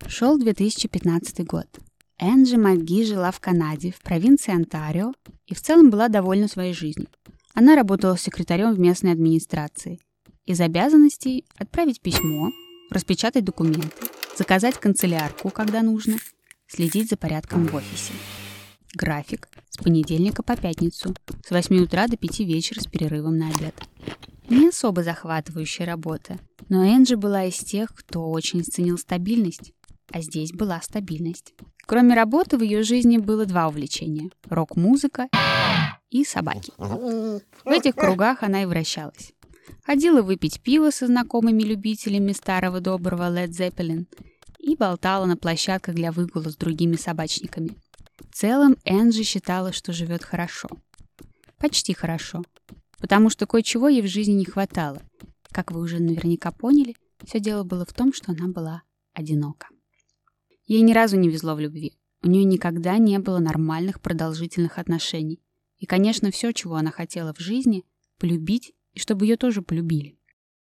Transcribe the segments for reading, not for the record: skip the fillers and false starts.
Шел 2015 год. Энджи МакГи жила в Канаде, в провинции Онтарио, и в целом была довольна своей жизнью. Она работала секретарем в местной администрации. Из обязанностей отправить письмо, распечатать документы, заказать канцелярку, когда нужно, следить за порядком в офисе. График с понедельника по пятницу, с 8 утра до 5 вечера с перерывом на обед. Не особо захватывающая работа, но Энджи была из тех, кто очень ценил стабильность, а здесь была стабильность. Кроме работы в ее жизни было два увлечения – рок-музыка и собаки. В этих кругах она и вращалась. Ходила выпить пиво со знакомыми любителями старого доброго Led Zeppelin и болтала на площадках для выгула с другими собачниками. В целом Энджи считала, что живет хорошо. Почти хорошо. Потому что кое-чего ей в жизни не хватало. Как вы уже наверняка поняли, все дело было в том, что она была одинока. Ей ни разу не везло в любви. У нее никогда не было нормальных продолжительных отношений. И, конечно, все, чего она хотела в жизни — полюбить, и чтобы ее тоже полюбили.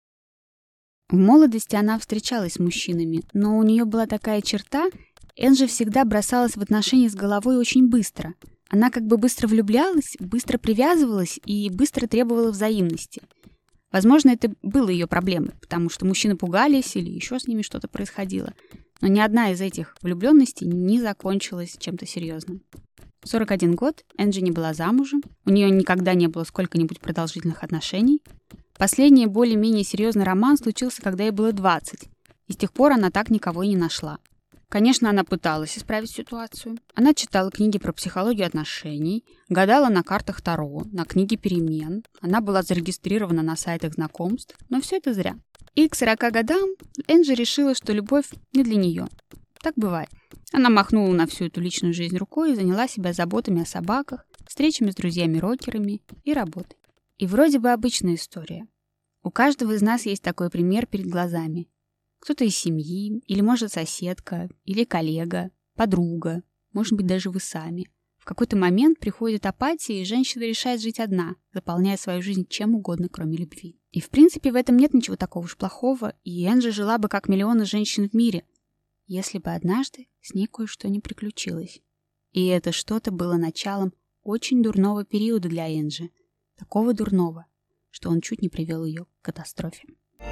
В молодости она встречалась с мужчинами, но у нее была такая черта — Энджи всегда бросалась в отношения с головой очень быстро. Она как бы быстро влюблялась, быстро привязывалась и быстро требовала взаимности. Возможно, это было ее проблемой, потому что мужчины пугались или еще с ними что-то происходило. Но ни одна из этих влюбленностей не закончилась чем-то серьезным. В 41 год Энджи не была замужем, у нее никогда не было сколько-нибудь продолжительных отношений. Последний более-менее серьезный роман случился, когда ей было 20, и с тех пор она так никого и не нашла. Конечно, она пыталась исправить ситуацию. Она читала книги про психологию отношений, гадала на картах Таро, на книге перемен. Она была зарегистрирована на сайтах знакомств, но все это зря. И к 40 годам Энджи решила, что любовь не для нее. Так бывает. Она махнула на всю эту личную жизнь рукой и заняла себя заботами о собаках, встречами с друзьями-рокерами и работой. И вроде бы обычная история. У каждого из нас есть такой пример перед глазами. Кто-то из семьи, или, может, соседка, или коллега, подруга, может быть, даже вы сами. В какой-то момент приходит апатия, и женщина решает жить одна, заполняя свою жизнь чем угодно, кроме любви. И, в принципе, в этом нет ничего такого уж плохого, и Энджи жила бы как миллионы женщин в мире, если бы однажды с ней кое-что не приключилось. И это что-то было началом очень дурного периода для Энджи. Такого дурного, что он чуть не привел ее к катастрофе.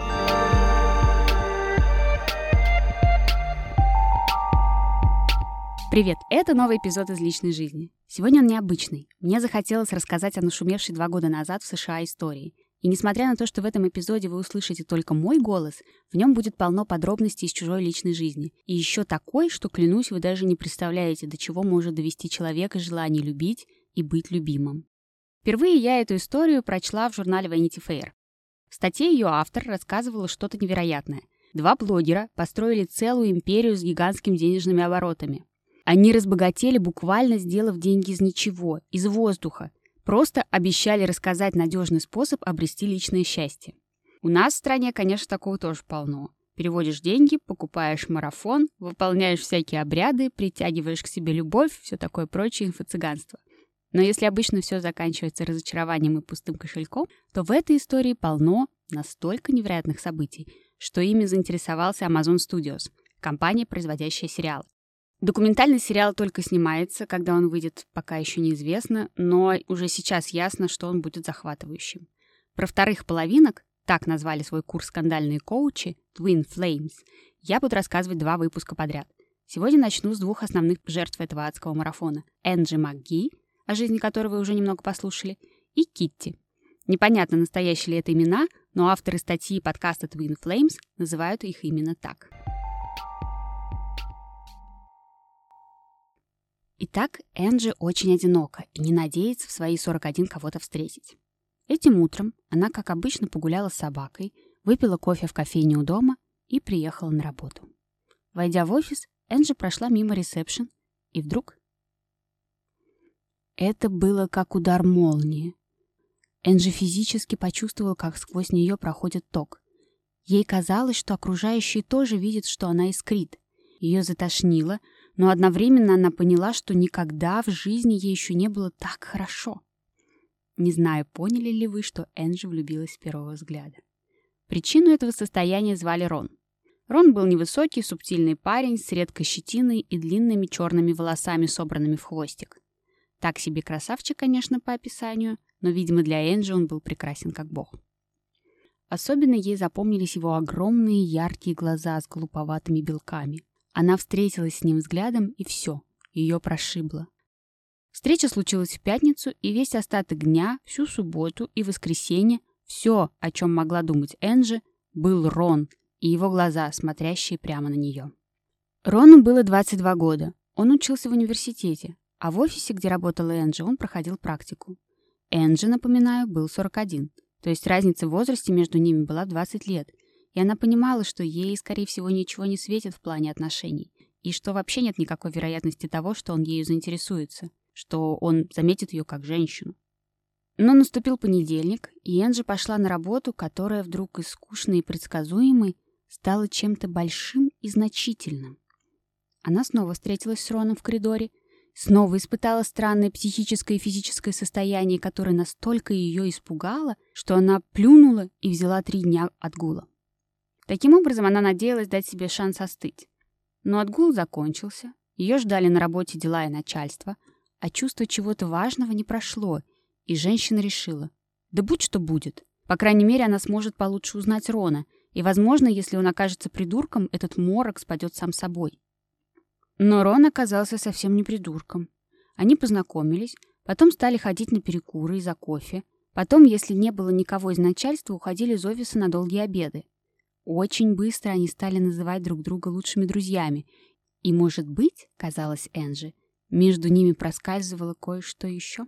Привет! Это новый эпизод из личной жизни. Сегодня он необычный. Мне захотелось рассказать о нашумевшей 2 года назад в США истории. И несмотря на то, что в этом эпизоде вы услышите только мой голос, в нем будет полно подробностей из чужой личной жизни. И еще такой, что, клянусь, вы даже не представляете, до чего может довести человека желание любить и быть любимым. Впервые я эту историю прочла в журнале Vanity Fair. В статье ее автор рассказывала что-то невероятное. 2 блогера построили целую империю с гигантскими денежными оборотами. Они разбогатели, буквально сделав деньги из ничего, из воздуха. Просто обещали рассказать надежный способ обрести личное счастье. У нас в стране, конечно, такого тоже полно. Переводишь деньги, покупаешь марафон, выполняешь всякие обряды, притягиваешь к себе любовь, все такое прочее инфо-цыганство. Но если обычно все заканчивается разочарованием и пустым кошельком, то в этой истории полно настолько невероятных событий, что ими заинтересовался Amazon Studios, компания, производящая сериалы. Документальный сериал только снимается, когда он выйдет, пока еще неизвестно, но уже сейчас ясно, что он будет захватывающим. Про вторых половинок, так назвали свой курс скандальные коучи, Twin Flames, я буду рассказывать 2 выпуска подряд. Сегодня начну с 2 основных жертв этого адского марафона. Энджи МакГи, о жизни которой вы уже немного послушали, и Китти. Непонятно, настоящие ли это имена, но авторы статьи и подкаста Twin Flames называют их именно так. Итак, Энджи очень одинока и не надеется в свои 41 кого-то встретить. Этим утром она, как обычно, погуляла с собакой, выпила кофе в кофейне у дома и приехала на работу. Войдя в офис, Энджи прошла мимо ресепшн, и вдруг... Это было как удар молнии. Энджи физически почувствовала, как сквозь нее проходит ток. Ей казалось, что окружающие тоже видят, что она искрит. Ее затошнило, но одновременно она поняла, что никогда в жизни ей еще не было так хорошо. Не знаю, поняли ли вы, что Энджи влюбилась с первого взгляда. Причину этого состояния звали Рон. Рон был невысокий, субтильный парень с редкой щетиной и длинными черными волосами, собранными в хвостик. Так себе красавчик, конечно, по описанию, но, видимо, для Энджи он был прекрасен как бог. Особенно ей запомнились его огромные яркие глаза с голубоватыми белками. Она встретилась с ним взглядом, и все, ее прошибло. Встреча случилась в пятницу, и весь остаток дня, всю субботу и воскресенье, все, о чем могла думать Энджи, был Рон и его глаза, смотрящие прямо на нее. Рону было 22 года. Он учился в университете, а в офисе, где работала Энджи, он проходил практику. Энджи, напоминаю, был 41, то есть разница в возрасте между ними была в 20 лет, и она понимала, что ей, скорее всего, ничего не светит в плане отношений, и что вообще нет никакой вероятности того, что он ею заинтересуется, что он заметит ее как женщину. Но наступил понедельник, и Энджи пошла на работу, которая вдруг из скучной и предсказуемой стала чем-то большим и значительным. Она снова встретилась с Роном в коридоре, снова испытала странное психическое и физическое состояние, которое настолько ее испугало, что она плюнула и взяла 3 дня отгула. Таким образом, она надеялась дать себе шанс остыть. Но отгул закончился, ее ждали на работе дела и начальство, а чувство чего-то важного не прошло, и женщина решила, да будь что будет. По крайней мере, она сможет получше узнать Рона, и, возможно, если он окажется придурком, этот морок спадет сам собой. Но Рон оказался совсем не придурком. Они познакомились, потом стали ходить на перекуры и за кофе, потом, если не было никого из начальства, уходили из офиса на долгие обеды. Очень быстро они стали называть друг друга лучшими друзьями, и, может быть, казалось Энджи, между ними проскальзывало кое-что еще.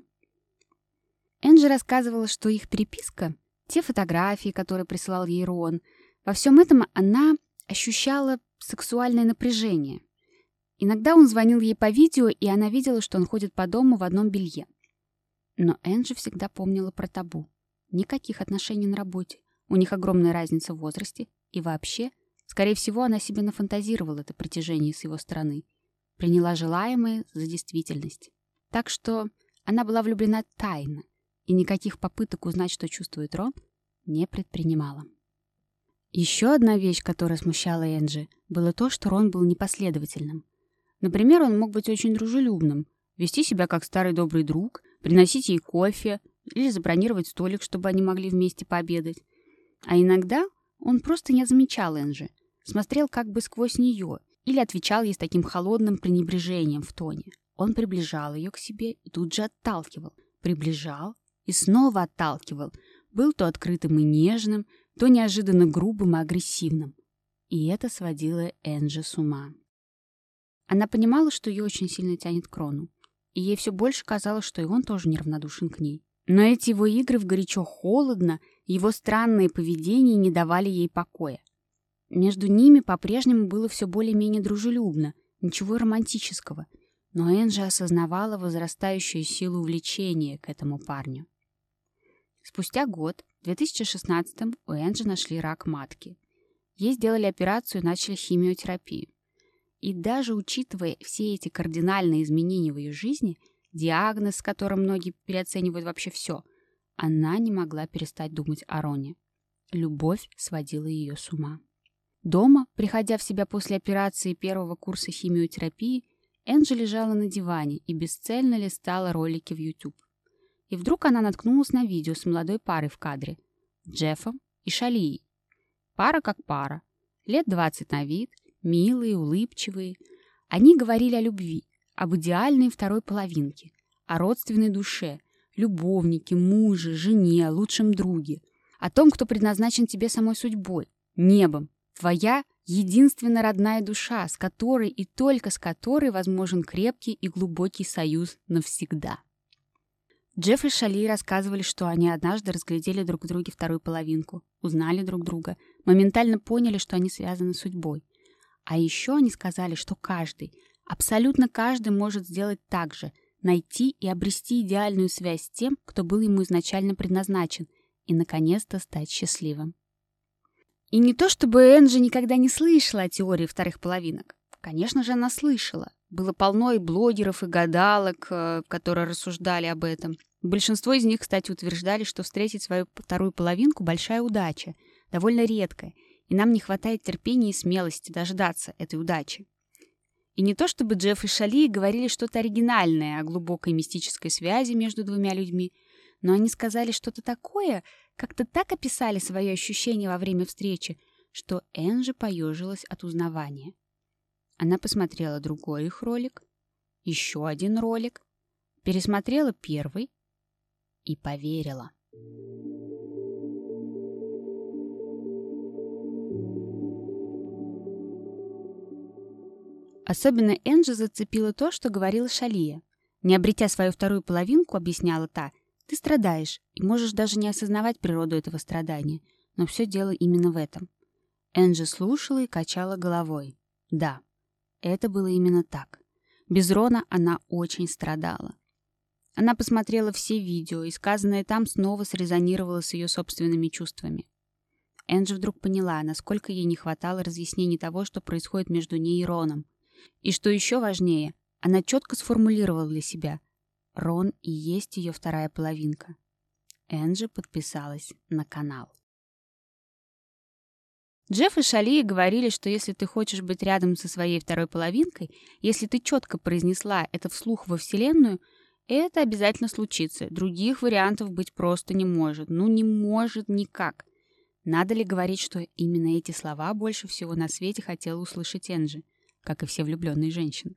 Энджи рассказывала, что их переписка, те фотографии, которые присылал ей Рон, во всем этом она ощущала сексуальное напряжение. Иногда он звонил ей по видео, и она видела, что он ходит по дому в одном белье. Но Энджи всегда помнила про табу. Никаких отношений на работе. У них огромная разница в возрасте. И вообще, скорее всего, она себе нафантазировала это притяжение с его стороны. Приняла желаемое за действительность. Так что она была влюблена тайно, и никаких попыток узнать, что чувствует Рон, не предпринимала. Еще одна вещь, которая смущала Энджи, было то, что Рон был непоследовательным. Например, он мог быть очень дружелюбным, вести себя как старый добрый друг, приносить ей кофе или забронировать столик, чтобы они могли вместе пообедать. А иногда он просто не замечал Энджи, смотрел как бы сквозь нее или отвечал ей с таким холодным пренебрежением в тоне. Он приближал ее к себе и тут же отталкивал, приближал и снова отталкивал, был то открытым и нежным, то неожиданно грубым и агрессивным. И это сводило Энджи с ума. Она понимала, что ее очень сильно тянет к Рону, и ей все больше казалось, что и он тоже неравнодушен к ней. Но эти его игры в горячо-холодно, его странное поведение не давали ей покоя. Между ними по-прежнему было все более-менее дружелюбно, ничего романтического, но Энджи осознавала возрастающую силу влечения к этому парню. Спустя год, в 2016-м, у Энджи нашли рак матки. Ей сделали операцию и начали химиотерапию. И даже учитывая все эти кардинальные изменения в ее жизни, диагноз, с которым многие переоценивают вообще все, она не могла перестать думать о Роне. Любовь сводила ее с ума. Дома, приходя в себя после операции первого курса химиотерапии, Энджи лежала на диване и бесцельно листала ролики в YouTube. И вдруг она наткнулась на видео с молодой парой в кадре – Джеффом и Шалией. Пара как пара, лет 20 на вид, милые, улыбчивые. Они говорили о любви, об идеальной второй половинке, о родственной душе, любовнике, муже, жене, лучшем друге, о том, кто предназначен тебе самой судьбой, небом, твоя единственно родная душа, с которой и только с которой возможен крепкий и глубокий союз навсегда. Джефф и Шали рассказывали, что они однажды разглядели друг в друге вторую половинку, узнали друг друга, моментально поняли, что они связаны судьбой. А еще они сказали, что каждый, абсолютно каждый может сделать так же, найти и обрести идеальную связь с тем, кто был ему изначально предназначен, и, наконец-то, стать счастливым. И не то чтобы Энджи никогда не слышала о теории вторых половинок. Конечно же, она слышала. Было полно и блогеров, и гадалок, которые рассуждали об этом. Большинство из них, кстати, утверждали, что встретить свою вторую половинку – большая удача, довольно редкая, и нам не хватает терпения и смелости дождаться этой удачи. И не то чтобы Джефф и Шалия говорили что-то оригинальное о глубокой мистической связи между двумя людьми, но они сказали что-то такое, как-то так описали свои ощущения во время встречи, что Энджи поежилась от узнавания. Она посмотрела другой их ролик, еще один ролик, пересмотрела первый и поверила. Особенно Энджи зацепило то, что говорила Шалия. Не обретя свою вторую половинку, объясняла та, ты страдаешь и можешь даже не осознавать природу этого страдания, но все дело именно в этом. Энджи слушала и качала головой. Да, это было именно так. Без Рона она очень страдала. Она посмотрела все видео, и сказанное там снова срезонировало с ее собственными чувствами. Энджи вдруг поняла, насколько ей не хватало разъяснений того, что происходит между ней и Роном. И что еще важнее, она четко сформулировала для себя: Рон и есть ее вторая половинка. Энджи подписалась на канал. Джефф и Шалия говорили, что если ты хочешь быть рядом со своей второй половинкой, если ты четко произнесла это вслух во Вселенную, это обязательно случится. Других вариантов быть просто не может. Ну, не может никак. Надо ли говорить, что именно эти слова больше всего на свете хотела услышать Энджи, как и все влюбленные женщины?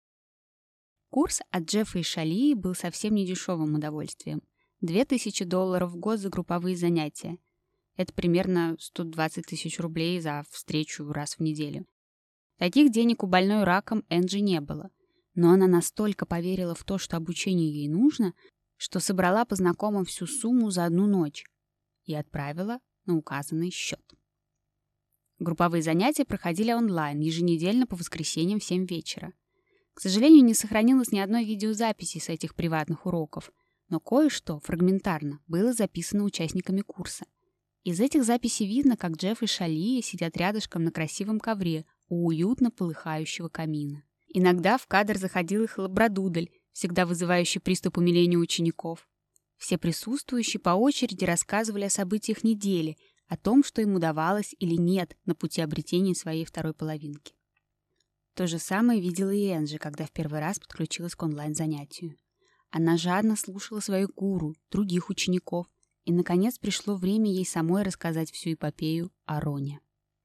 Курс от Джеффа и Шалии был совсем недешевым удовольствием. $2000 в год за групповые занятия. Это примерно 120 тысяч рублей за встречу раз в неделю. Таких денег у больной раком Энджи не было. Но она настолько поверила в то, что обучение ей нужно, что собрала по знакомым всю сумму за одну ночь и отправила на указанный счет. Групповые занятия проходили онлайн, еженедельно по воскресеньям в 7 вечера. К сожалению, не сохранилось ни одной видеозаписи с этих приватных уроков, но кое-что фрагментарно было записано участниками курса. Из этих записей видно, как Джефф и Шалия сидят рядышком на красивом ковре у уютно полыхающего камина. Иногда в кадр заходил их лабрадудль, всегда вызывающий приступ умиления учеников. Все присутствующие по очереди рассказывали о событиях недели, о том, что им удавалось или нет на пути обретения своей второй половинки. То же самое видела и Энджи, когда в первый раз подключилась к онлайн-занятию. Она жадно слушала свою гуру, других учеников, и, наконец, пришло время ей самой рассказать всю эпопею о Роне.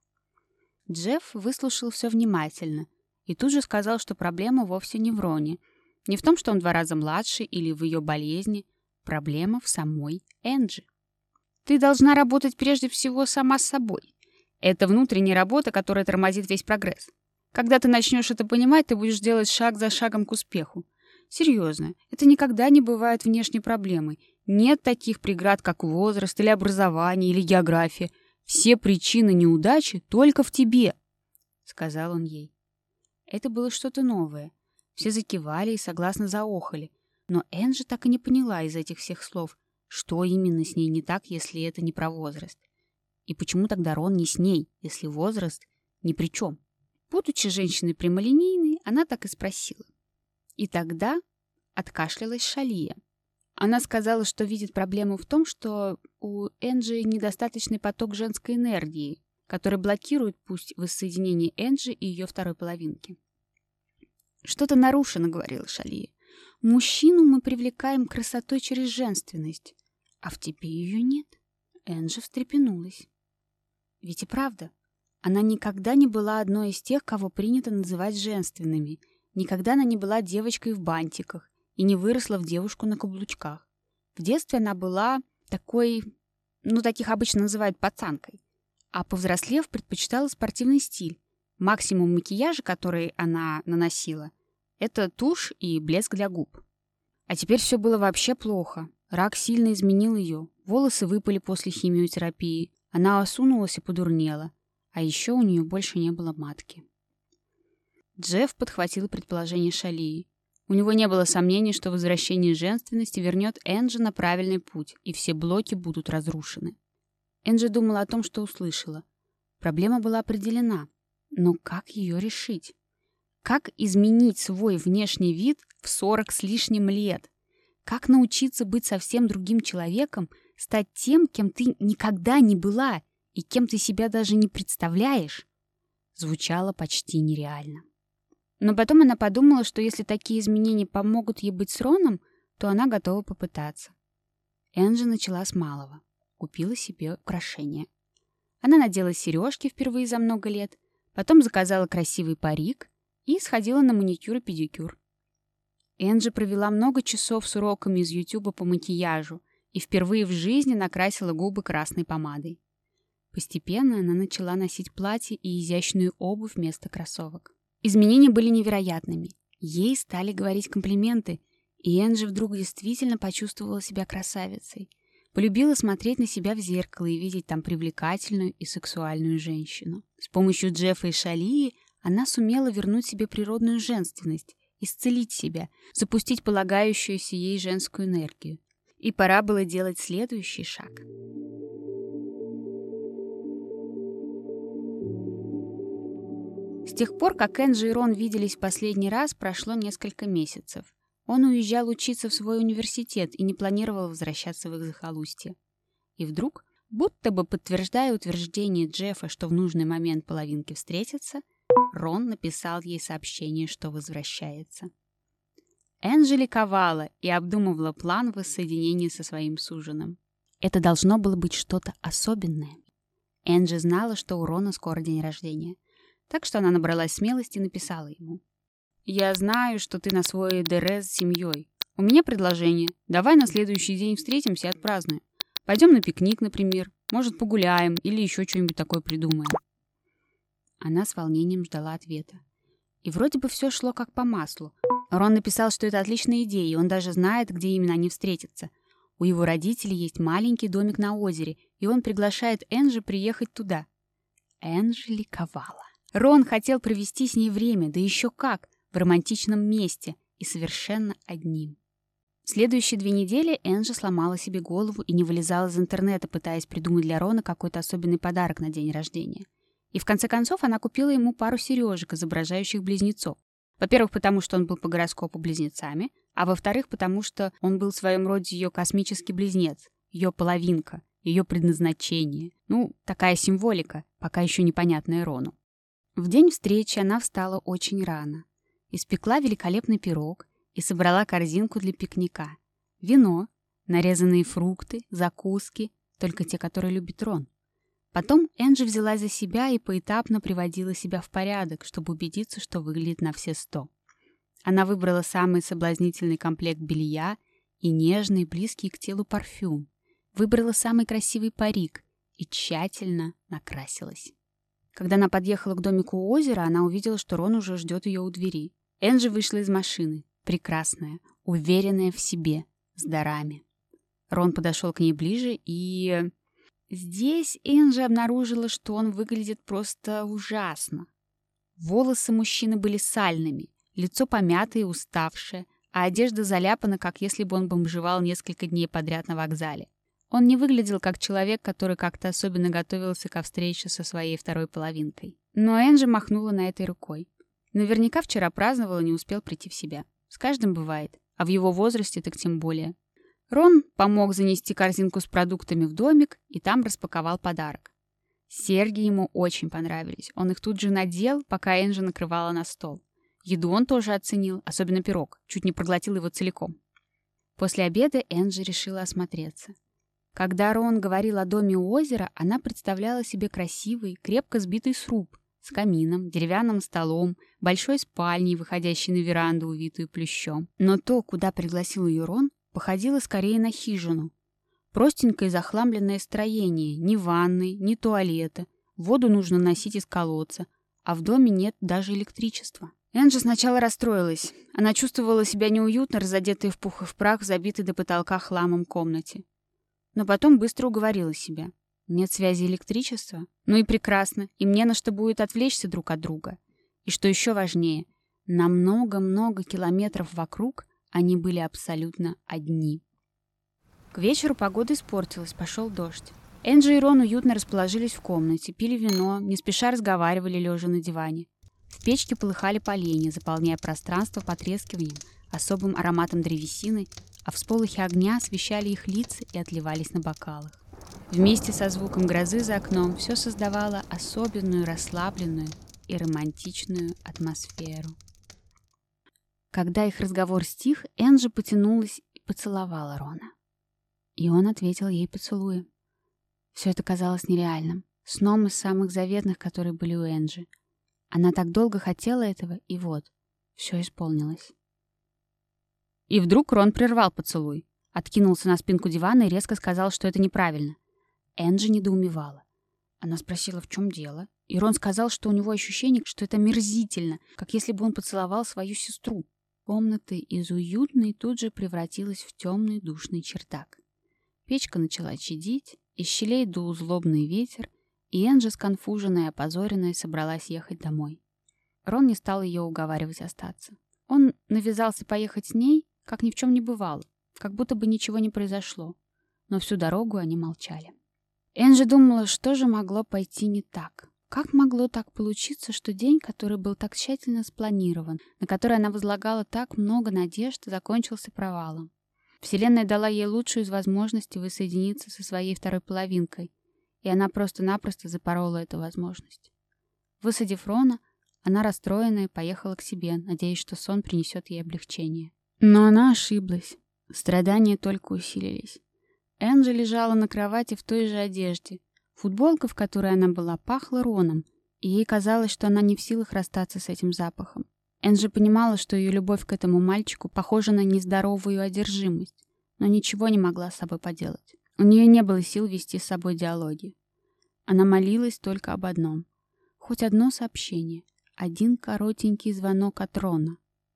Джефф выслушал все внимательно и тут же сказал, что проблема вовсе не в Роне, не в том, что он 2 раза младше или в ее болезни. Проблема в самой Энджи. Ты должна работать прежде всего сама с собой. Это внутренняя работа, которая тормозит весь прогресс. Когда ты начнешь это понимать, ты будешь делать шаг за шагом к успеху. Серьезно, это никогда не бывает внешней проблемой. Нет таких преград, как возраст или образование или география. Все причины неудачи только в тебе, — сказал он ей. Это было что-то новое. Все закивали и согласно заохали. Но Энджи так и не поняла из этих всех слов, что именно с ней не так, если это не про возраст. И почему тогда Рон не с ней, если возраст ни при чем? Будучи женщиной прямолинейной, она так и спросила. И тогда откашлялась Шалия. Она сказала, что видит проблему в том, что у Энджи недостаточный поток женской энергии, который блокирует путь воссоединения Энджи и ее второй половинки. «Что-то нарушено», — говорила Шалия. «Мужчину мы привлекаем красотой через женственность, а в тебе ее нет». Энджи встрепенулась. Ведь и правда, она никогда не была одной из тех, кого принято называть женственными. Никогда она не была девочкой в бантиках и не выросла в девушку на каблучках. В детстве она была такой, таких обычно называют пацанкой. А повзрослев, предпочитала спортивный стиль. Максимум макияжа, который она наносила, это тушь и блеск для губ. А теперь все было вообще плохо. Рак сильно изменил ее. Волосы выпали после химиотерапии. Она осунулась и подурнела. А еще у нее больше не было матки. Джефф подхватил предположение Шалии. У него не было сомнений, что возвращение женственности вернет Энджи на правильный путь, и все блоки будут разрушены. Энджи думала о том, что услышала. Проблема была определена. Но как ее решить? Как изменить свой внешний вид в 40 с лишним лет? Как научиться быть совсем другим человеком, стать тем, кем ты никогда не была и кем ты себя даже не представляешь, звучало почти нереально. Но потом она подумала, что если такие изменения помогут ей быть с Роном, то она готова попытаться. Энджи начала с малого. Купила себе украшения. Она надела сережки впервые за много лет, потом заказала красивый парик и сходила на маникюр и педикюр. Энджи провела много часов с уроками из Ютуба по макияжу и впервые в жизни накрасила губы красной помадой. Постепенно она начала носить платье и изящную обувь вместо кроссовок. Изменения были невероятными. Ей стали говорить комплименты, и Энджи вдруг действительно почувствовала себя красавицей. Полюбила смотреть на себя в зеркало и видеть там привлекательную и сексуальную женщину. С помощью Джеффа и Шалии она сумела вернуть себе природную женственность, исцелить себя, запустить полагающуюся ей женскую энергию. И пора было делать следующий шаг. С тех пор, как Энджи и Рон виделись в последний раз, прошло несколько месяцев. Он уезжал учиться в свой университет и не планировал возвращаться в их захолустье. И вдруг, будто бы подтверждая утверждение Джеффа, что в нужный момент половинки встретятся, Рон написал ей сообщение, что возвращается. Энджи ликовала и обдумывала план воссоединения со своим суженым. Это должно было быть что-то особенное. Энджи знала, что у Рона скоро день рождения, так что она набралась смелости и написала ему. «Я знаю, что ты на свой ДР с семьей. У меня предложение. Давай на следующий день встретимся и отпразднуем. Пойдем на пикник, например. Может, погуляем или еще что-нибудь такое придумаем». Она с волнением ждала ответа. И вроде бы все шло как по маслу. Рон написал, что это отличная идея, и он даже знает, где именно они встретятся. У его родителей есть маленький домик на озере, и он приглашает Энджи приехать туда. Энджи ликовала. Рон хотел провести с ней время, да еще как, в романтичном месте и совершенно одним. В следующие 2 недели Энджи сломала себе голову и не вылезала из интернета, пытаясь придумать для Рона какой-то особенный подарок на день рождения. И в конце концов она купила ему пару сережек, изображающих близнецов. Во-первых, потому что он был по гороскопу близнецами, а во-вторых, потому что он был в своем роде ее космический близнец, ее половинка, ее предназначение. Ну, такая символика, пока еще непонятная Рону. В день встречи она встала очень рано, испекла великолепный пирог и собрала корзинку для пикника. Вино, нарезанные фрукты, закуски, только те, которые любит Рон. Потом Энджи взялась за себя и поэтапно приводила себя в порядок, чтобы убедиться, что выглядит на все 100. Она выбрала самый соблазнительный комплект белья и нежный, близкий к телу парфюм. Выбрала самый красивый парик и тщательно накрасилась. Когда она подъехала к домику у озера, она увидела, что Рон уже ждет ее у двери. Энджи вышла из машины, прекрасная, уверенная в себе, с дарами. Рон подошел к ней ближе и... Здесь Энджи обнаружила, что он выглядит просто ужасно. Волосы мужчины были сальными, лицо помятое и уставшее, а одежда заляпана, как если бы он бомжевал несколько дней подряд на вокзале. Он не выглядел как человек, который как-то особенно готовился ко встрече со своей второй половинкой. Но Энджи махнула на этой рукой. Наверняка вчера праздновал и не успел прийти в себя. С каждым бывает, а в его возрасте так тем более. Рон помог занести корзинку с продуктами в домик и там распаковал подарок. Серьги ему очень понравились. Он их тут же надел, пока Энджи накрывала на стол. Еду он тоже оценил, особенно пирог. Чуть не проглотил его целиком. После обеда Энджи решила осмотреться. Когда Рон говорил о доме у озера, она представляла себе красивый, крепко сбитый сруб с камином, деревянным столом, большой спальней, выходящей на веранду, увитую плющом. Но то, куда пригласил ее Рон, походило скорее на хижину. Простенькое захламленное строение, ни ванны, ни туалета. Воду нужно носить из колодца, а в доме нет даже электричества. Энджи сначала расстроилась. Она чувствовала себя неуютно, разодетая в пух и в прах, в забитой до потолка хламом комнате. Но потом быстро уговорила себя. Нет связи электричества? Ну и прекрасно, им не на что будет отвлечься друг от друга. И что еще важнее, на много-много километров вокруг они были абсолютно одни. К вечеру погода испортилась, пошел дождь. Энджи и Рон уютно расположились в комнате, пили вино, не спеша разговаривали, лежа на диване. В печке полыхали поленья, заполняя пространство потрескиванием, особым ароматом древесины, а всполохи огня освещали их лица и отливались на бокалах. Вместе со звуком грозы за окном все создавало особенную, расслабленную и романтичную атмосферу. Когда их разговор стих, Энджи потянулась и поцеловала Рона. И он ответил ей поцелуем. Все это казалось нереальным, сном из самых заветных, которые были у Энджи. Она так долго хотела этого, и вот, все исполнилось. И вдруг Рон прервал поцелуй, откинулся на спинку дивана и резко сказал, что это неправильно. Энджи недоумевала. Она спросила, в чем дело, и Рон сказал, что у него ощущение, что это мерзительно, как если бы он поцеловал свою сестру. Комната из уютной тут же превратилась в темный душный чердак. Печка начала чадить, из щелей дул злобный ветер, и Энджи, сконфуженная и опозоренная, собралась ехать домой. Рон не стал ее уговаривать остаться. Он навязался поехать с ней, как ни в чем не бывало, как будто бы ничего не произошло. Но всю дорогу они молчали. Энджи думала, что же могло пойти не так. Как могло так получиться, что день, который был так тщательно спланирован, на который она возлагала так много надежд, закончился провалом? Вселенная дала ей лучшую из возможностей воссоединиться со своей второй половинкой, и она просто-напросто запорола эту возможность. Высадив Рона, она, расстроенная, поехала к себе, надеясь, что сон принесет ей облегчение. Но она ошиблась. Страдания только усилились. Энджи лежала на кровати в той же одежде. Футболка, в которой она была, пахла Роном, и ей казалось, что она не в силах расстаться с этим запахом. Энджи понимала, что ее любовь к этому мальчику похожа на нездоровую одержимость, но ничего не могла с собой поделать. У нее не было сил вести с собой диалоги. Она молилась только об одном. Хоть одно сообщение, один коротенький звонок от Рона.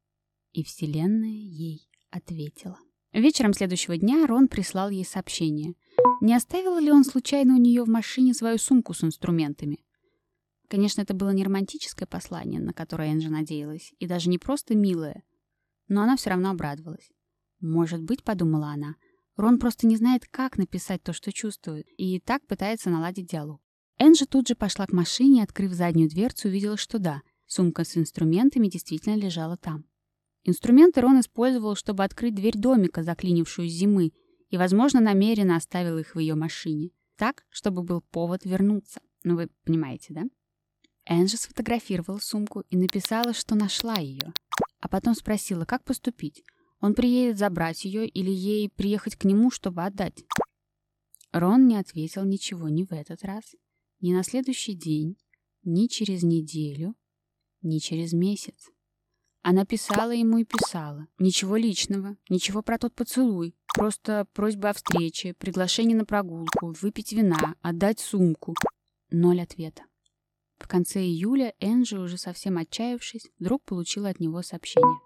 И Вселенная ей ответила. Вечером следующего дня Рон прислал ей сообщение. Не оставил ли он случайно у нее в машине свою сумку с инструментами? Конечно, это было не романтическое послание, на которое Энджи надеялась, и даже не просто милое, но она все равно обрадовалась. «Может быть, — подумала она, — Рон просто не знает, как написать то, что чувствует, и так пытается наладить диалог». Энджи тут же пошла к машине, открыв заднюю дверцу, увидела, что да, сумка с инструментами действительно лежала там. Инструменты Рон использовал, чтобы открыть дверь домика, заклинившую с зимы, и, возможно, намеренно оставил их в ее машине. Так, чтобы был повод вернуться. Ну, вы понимаете, да? Энджи сфотографировала сумку и написала, что нашла ее. А потом спросила, как поступить. Он приедет забрать ее или ей приехать к нему, чтобы отдать? Рон не ответил ничего ни в этот раз, ни на следующий день, ни через неделю, ни через месяц. Она писала ему и писала. Ничего личного, ничего про тот поцелуй. Просто просьба о встрече, приглашение на прогулку, выпить вина, отдать сумку. 0 ответа. В конце июля Энджи, уже совсем отчаявшись, вдруг получила от него сообщение.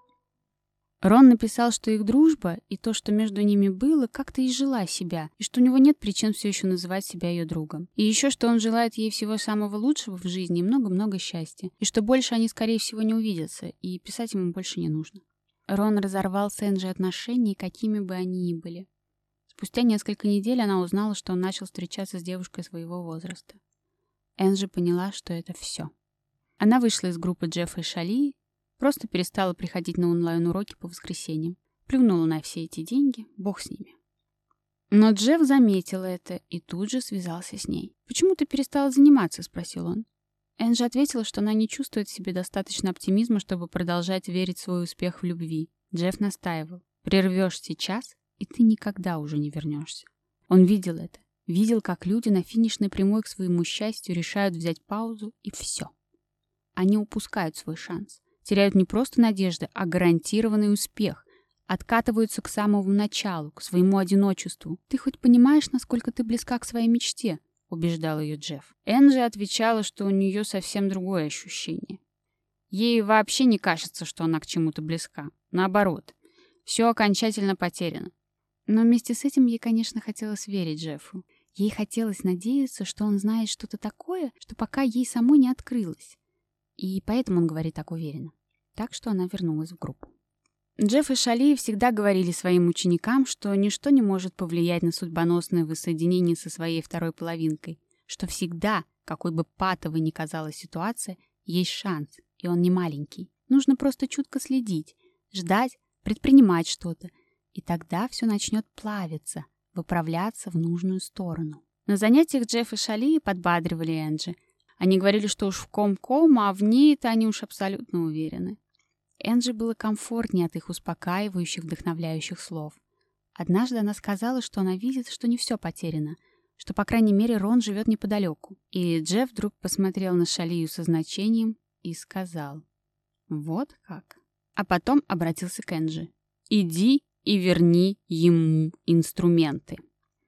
Рон написал, что их дружба и то, что между ними было, как-то изжила себя, и что у него нет причин все еще называть себя ее другом. И еще, что он желает ей всего самого лучшего в жизни и много-много счастья, и что больше они, скорее всего, не увидятся, и писать ему больше не нужно. Рон разорвал с Энджи отношения, какими бы они ни были. Спустя несколько недель она узнала, что он начал встречаться с девушкой своего возраста. Энджи поняла, что это все. Она вышла из группы Джеффа и Шали, просто перестала приходить на онлайн-уроки по воскресеньям. Плюнула на все эти деньги, бог с ними. Но Джефф заметил это и тут же связался с ней. «Почему ты перестала заниматься?» — спросил он. Энджи ответила, что она не чувствует в себе достаточно оптимизма, чтобы продолжать верить в свой успех в любви. Джефф настаивал. «Прервешь сейчас, и ты никогда уже не вернешься». Он видел это. Видел, как люди на финишной прямой к своему счастью решают взять паузу, и все. Они упускают свой шанс. Теряют не просто надежды, а гарантированный успех. Откатываются к самому началу, к своему одиночеству. «Ты хоть понимаешь, насколько ты близка к своей мечте?» — убеждал ее Джефф. Энджи отвечала, что у нее совсем другое ощущение. Ей вообще не кажется, что она к чему-то близка. Наоборот, все окончательно потеряно. Но вместе с этим ей, конечно, хотелось верить Джеффу. Ей хотелось надеяться, что он знает что-то такое, что пока ей самой не открылось. И поэтому он говорит так уверенно. Так что она вернулась в группу. Джефф и Шали всегда говорили своим ученикам, что ничто не может повлиять на судьбоносное воссоединение со своей второй половинкой, что всегда, какой бы патовой ни казалась ситуация, есть шанс, и он не маленький. Нужно просто чутко следить, ждать, предпринимать что-то, и тогда все начнет плавиться, выправляться в нужную сторону. На занятиях Джефф и Шалии подбадривали Энджи. Они говорили, что уж в ком-ком, а в ней-то они уж абсолютно уверены. Энджи было комфортнее от их успокаивающих, вдохновляющих слов. Однажды она сказала, что она видит, что не все потеряно, что, по крайней мере, Рон живет неподалеку. И Джефф вдруг посмотрел на Шалию со значением и сказал: «Вот как». А потом обратился к Энджи: «Иди и верни ему инструменты.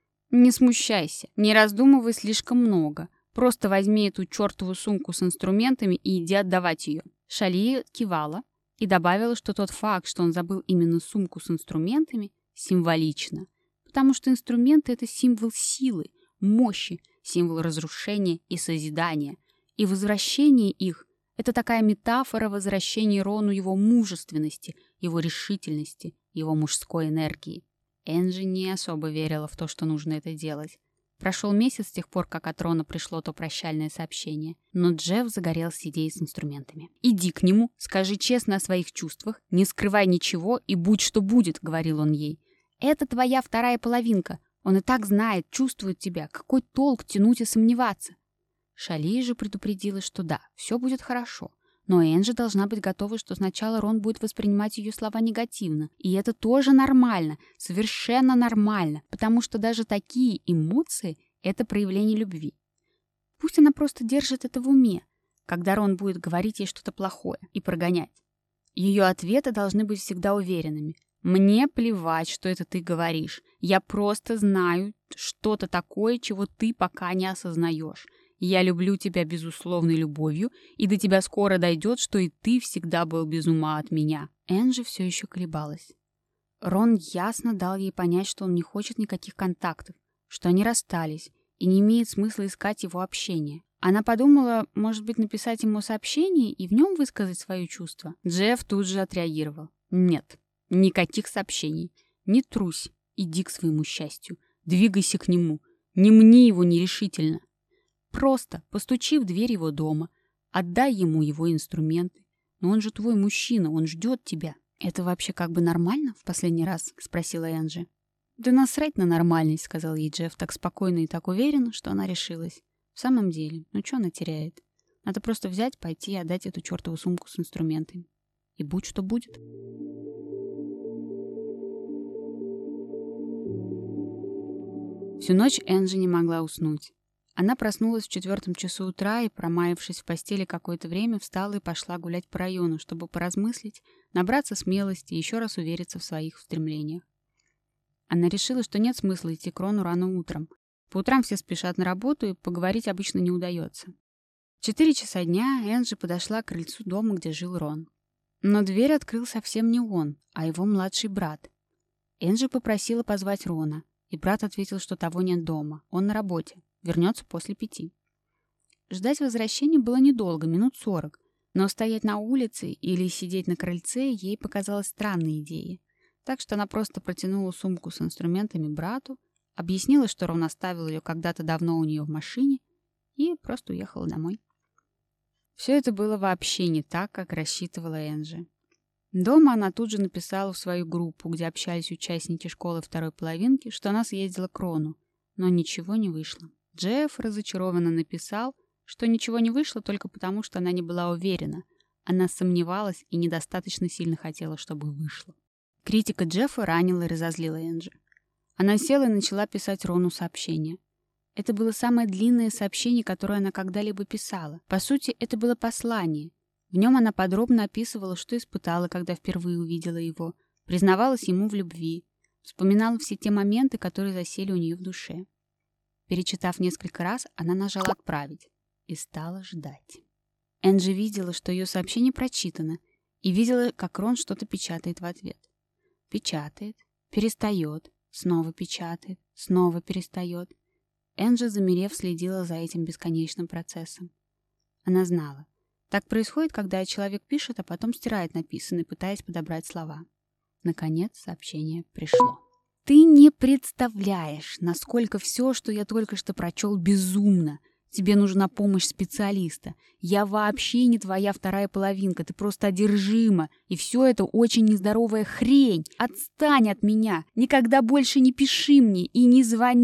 Не смущайся, не раздумывай слишком много. Просто возьми эту чертову сумку с инструментами и иди отдавать ее». Шалия кивала и добавила, что тот факт, что он забыл именно сумку с инструментами, символично, потому что инструменты — это символ силы, мощи, символ разрушения и созидания, и возвращение их — это такая метафора возвращения Рону его мужественности, его решительности, его мужской энергии. Энджи не особо верила в то, что нужно это делать. Прошел месяц с тех пор, как от Рона пришло то прощальное сообщение, но Джефф загорелся идеей с инструментами. «Иди к нему, скажи честно о своих чувствах, не скрывай ничего и будь что будет», — говорил он ей. «Это твоя вторая половинка. Он и так знает, чувствует тебя. Какой толк тянуть и сомневаться?» Шалия же предупредила, что да, все будет хорошо. Но Энджи должна быть готова, что сначала Рон будет воспринимать ее слова негативно. И это тоже нормально, совершенно нормально, потому что даже такие эмоции — это проявление любви. Пусть она просто держит это в уме, когда Рон будет говорить ей что-то плохое и прогонять. Ее ответы должны быть всегда уверенными. «Мне плевать, что это ты говоришь. Я просто знаю что-то такое, чего ты пока не осознаешь. Я люблю тебя безусловной любовью, и до тебя скоро дойдет, что и ты всегда был без ума от меня». Энджи все еще колебалась. Рон ясно дал ей понять, что он не хочет никаких контактов, что они расстались, и не имеет смысла искать его общение. Она подумала, может быть, написать ему сообщение и в нем высказать свои чувства. Джефф тут же отреагировал. «Нет, никаких сообщений. Не трусь, иди к своему счастью. Двигайся к нему. Не мни его нерешительно. Просто постучи в дверь его дома, отдай ему его инструменты. Но он же твой мужчина, он ждет тебя». «Это вообще как бы нормально?» — в последний раз спросила Энджи. «Да насрать на нормальность», — сказал ей Джефф так спокойно и так уверенно, что она решилась. В самом деле, ну что она теряет? Надо просто взять, пойти и отдать эту чертову сумку с инструментами. И будь что будет. Всю ночь Энджи не могла уснуть. Она проснулась в 4 часу утра и, промаявшись в постели какое-то время, встала и пошла гулять по району, чтобы поразмыслить, набраться смелости и еще раз увериться в своих устремлениях. Она решила, что нет смысла идти к Рону рано утром. По утрам все спешат на работу, и поговорить обычно не удается. В 4 часа дня Энджи подошла к крыльцу дома, где жил Рон. Но дверь открыл совсем не он, а его младший брат. Энджи попросила позвать Рона, и брат ответил, что того нет дома, он на работе, вернется после 5. Ждать возвращения было недолго, минут 40, но стоять на улице или сидеть на крыльце ей показалось странной идеей. Так что она просто протянула сумку с инструментами брату, объяснила, что Рон оставил ее когда-то давно у нее в машине, и просто уехала домой. Все это было вообще не так, как рассчитывала Энджи. Дома она тут же написала в свою группу, где общались участники школы второй половинки, что она съездила к Рону, но ничего не вышло. Джефф разочарованно написал, что ничего не вышло только потому, что она не была уверена. Она сомневалась и недостаточно сильно хотела, чтобы вышло. Критика Джеффа ранила и разозлила Энджи. Она села и начала писать Рону сообщение. Это было самое длинное сообщение, которое она когда-либо писала. По сути, это было послание. В нем она подробно описывала, что испытала, когда впервые увидела его, признавалась ему в любви, вспоминала все те моменты, которые засели у нее в душе. Перечитав несколько раз, она нажала «Отправить» и стала ждать. Энджи видела, что ее сообщение прочитано, и видела, как Рон что-то печатает в ответ. Печатает, перестает, снова печатает, снова перестает. Энджи, замерев, следила за этим бесконечным процессом. Она знала. Так происходит, когда человек пишет, а потом стирает написанное, пытаясь подобрать слова. Наконец сообщение пришло. «Ты не представляешь, насколько все, что я только что прочел, безумно. Тебе нужна помощь специалиста. Я вообще не твоя вторая половинка, ты просто одержима. И все это очень нездоровая хрень. Отстань от меня. Никогда больше не пиши мне и не звони.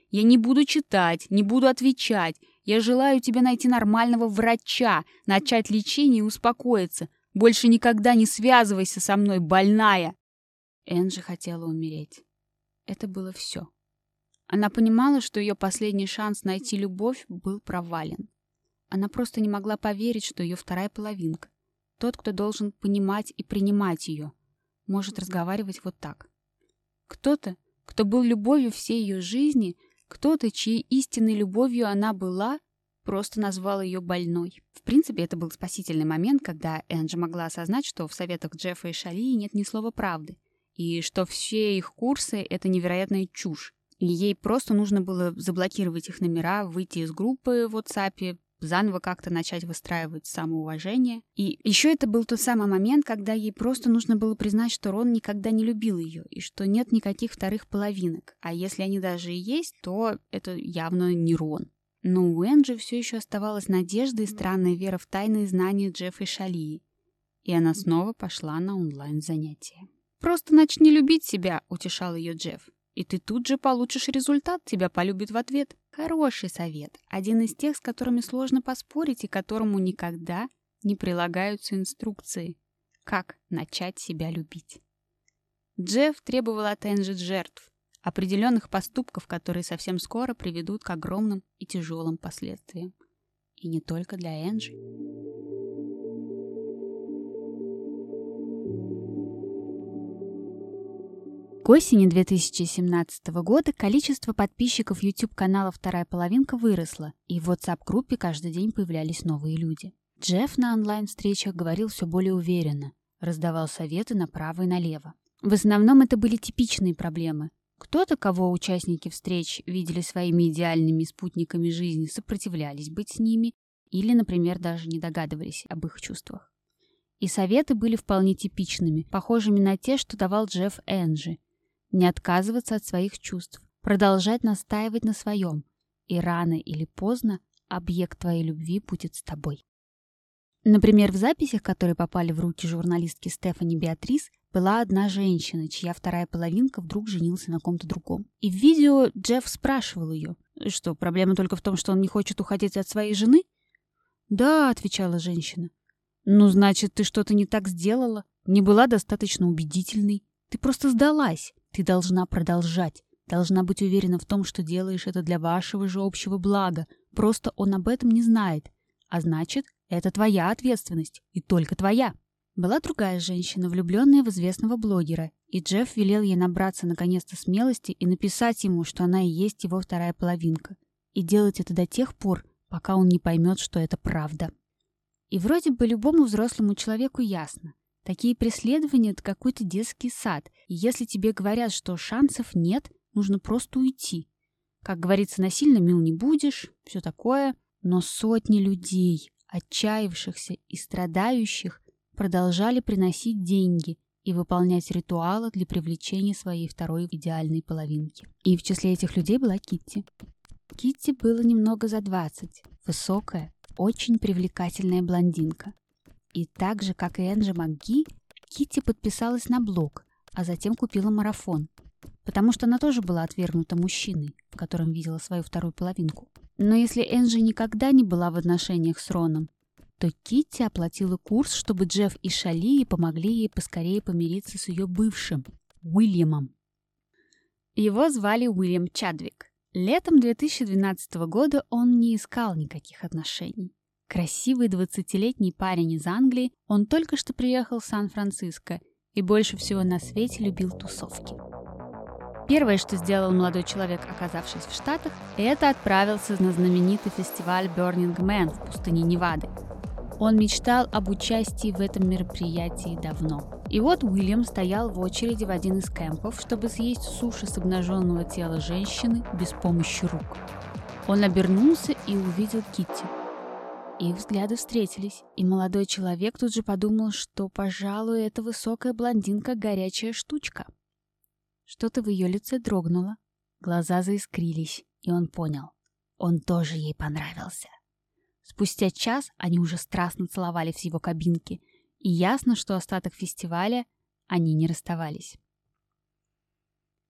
Я не буду читать, не буду отвечать. Я желаю тебе найти нормального врача, начать лечение и успокоиться. Больше никогда не связывайся со мной, больная!» Энджи хотела умереть. Это было все. Она понимала, что ее последний шанс найти любовь был провален. Она просто не могла поверить, что ее вторая половинка, тот, кто должен понимать и принимать ее, может разговаривать вот так. Кто-то, кто был любовью всей ее жизни, кто-то, чьей истинной любовью она была, просто назвал ее больной. В принципе, это был спасительный момент, когда Энджи могла осознать, что в советах Джеффа и Шалии нет ни слова правды, и что все их курсы — это невероятная чушь. И ей просто нужно было заблокировать их номера, выйти из группы в WhatsApp, заново как-то начать выстраивать самоуважение. И еще это был тот самый момент, когда ей просто нужно было признать, что Рон никогда не любил ее, и что нет никаких вторых половинок. А если они даже и есть, то это явно не Рон. Но у Энджи все еще оставалась надежда и странная вера в тайные знания Джеффа и Шалии. И она снова пошла на онлайн-занятия. «Просто начни любить себя», — утешал ее Джефф. «И ты тут же получишь результат, тебя полюбят в ответ». Хороший совет. Один из тех, с которыми сложно поспорить и которому никогда не прилагаются инструкции. Как начать себя любить. Джефф требовал от Энджи жертв, определенных поступков, которые совсем скоро приведут к огромным и тяжелым последствиям. И не только для Энджи. К осени 2017 года количество подписчиков YouTube-канала «Вторая половинка» выросло, и в WhatsApp-группе каждый день появлялись новые люди. Джефф на онлайн-встречах говорил все более уверенно, раздавал советы направо и налево. В основном это были типичные проблемы. Кто-то, кого участники встреч видели своими идеальными спутниками жизни, сопротивлялись быть с ними или, например, даже не догадывались об их чувствах. И советы были вполне типичными, похожими на те, что давал Джефф Энджи. Не отказываться от своих чувств, продолжать настаивать на своем, и рано или поздно объект твоей любви будет с тобой. Например, в записях, которые попали в руки журналистки Стефани Беатрис, была одна женщина, чья вторая половинка вдруг женился на ком-то другом. И в видео Джефф спрашивал ее, что проблема только в том, что он не хочет уходить от своей жены? «Да», — отвечала женщина. «Ну, значит, ты что-то не так сделала, не была достаточно убедительной. Ты просто сдалась. Ты должна продолжать, должна быть уверена в том, что делаешь это для вашего же общего блага. Просто он об этом не знает. А значит, это твоя ответственность, и только твоя». Была другая женщина, влюбленная в известного блогера, и Джефф велел ей набраться наконец-то смелости и написать ему, что она и есть его вторая половинка. И делать это до тех пор, пока он не поймет, что это правда. И вроде бы любому взрослому человеку ясно. Такие преследования — это какой-то детский сад, и если тебе говорят, что шансов нет, нужно просто уйти. Как говорится, насильно мил не будешь, все такое. Но сотни людей, отчаявшихся и страдающих, продолжали приносить деньги и выполнять ритуалы для привлечения своей второй идеальной половинки. И в числе этих людей была Китти. Китти было немного за 20, высокая, очень привлекательная блондинка. И так же, как и Энджи МакГи, Китти подписалась на блог, а затем купила марафон, потому что она тоже была отвергнута мужчиной, в котором видела свою вторую половинку. Но если Энджи никогда не была в отношениях с Роном, то Китти оплатила курс, чтобы Джефф и Шалии помогли ей поскорее помириться с ее бывшим, Уильямом. Его звали Уильям Чадвик. Летом 2012 года он не искал никаких отношений. Красивый 20-летний парень из Англии, он только что приехал в Сан-Франциско и больше всего на свете любил тусовки. Первое, что сделал молодой человек, оказавшись в Штатах, это отправился на знаменитый фестиваль Burning Man в пустыне Невады. Он мечтал об участии в этом мероприятии давно. И вот Уильям стоял в очереди в один из кемпов, чтобы съесть суши с обнаженного тела женщины без помощи рук. Он обернулся и увидел Китти. Их взгляды встретились, и молодой человек тут же подумал, что, пожалуй, эта высокая блондинка — горячая штучка. Что-то в ее лице дрогнуло, глаза заискрились, и он понял. Он тоже ей понравился. Спустя час они уже страстно целовались в его кабинке, и ясно, что остаток фестиваля они не расставались.